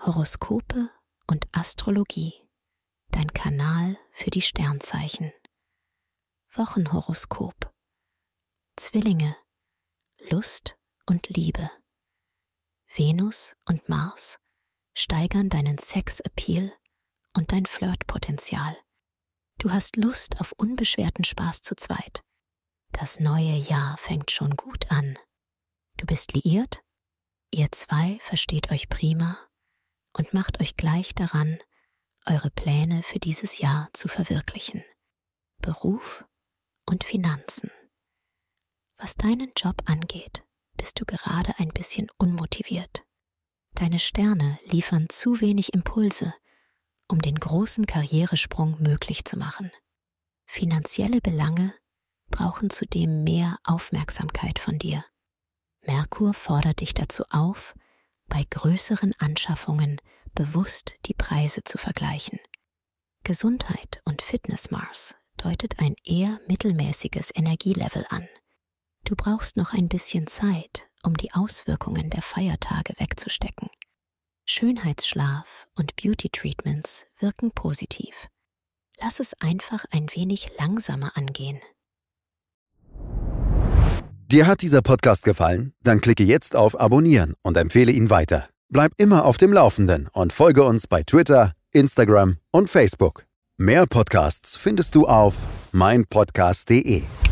Horoskope und Astrologie, dein Kanal für die Sternzeichen. Wochenhoroskop. Zwillinge, Lust und Liebe. Venus und Mars steigern deinen Sexappeal und dein Flirtpotenzial. Du hast Lust auf unbeschwerten Spaß zu zweit. Das neue Jahr fängt schon gut an. Du bist liiert, ihr zwei versteht euch prima und macht euch gleich daran, eure Pläne für dieses Jahr zu verwirklichen. Beruf und Finanzen. Was deinen Job angeht, bist du gerade ein bisschen unmotiviert. Deine Sterne liefern zu wenig Impulse, um den großen Karrieresprung möglich zu machen. Finanzielle Belange brauchen zudem mehr Aufmerksamkeit von dir. Merkur fordert dich dazu auf, bei größeren Anschaffungen bewusst die Preise zu vergleichen. Gesundheit und Fitness-Mars deutet ein eher mittelmäßiges Energielevel an. Du brauchst noch ein bisschen Zeit, um die Auswirkungen der Feiertage wegzustecken. Schönheitsschlaf und Beauty-Treatments wirken positiv. Lass es einfach ein wenig langsamer angehen. Dir hat dieser Podcast gefallen? Dann klicke jetzt auf Abonnieren und empfehle ihn weiter. Bleib immer auf dem Laufenden und folge uns bei Twitter, Instagram und Facebook. Mehr Podcasts findest du auf meinpodcast.de.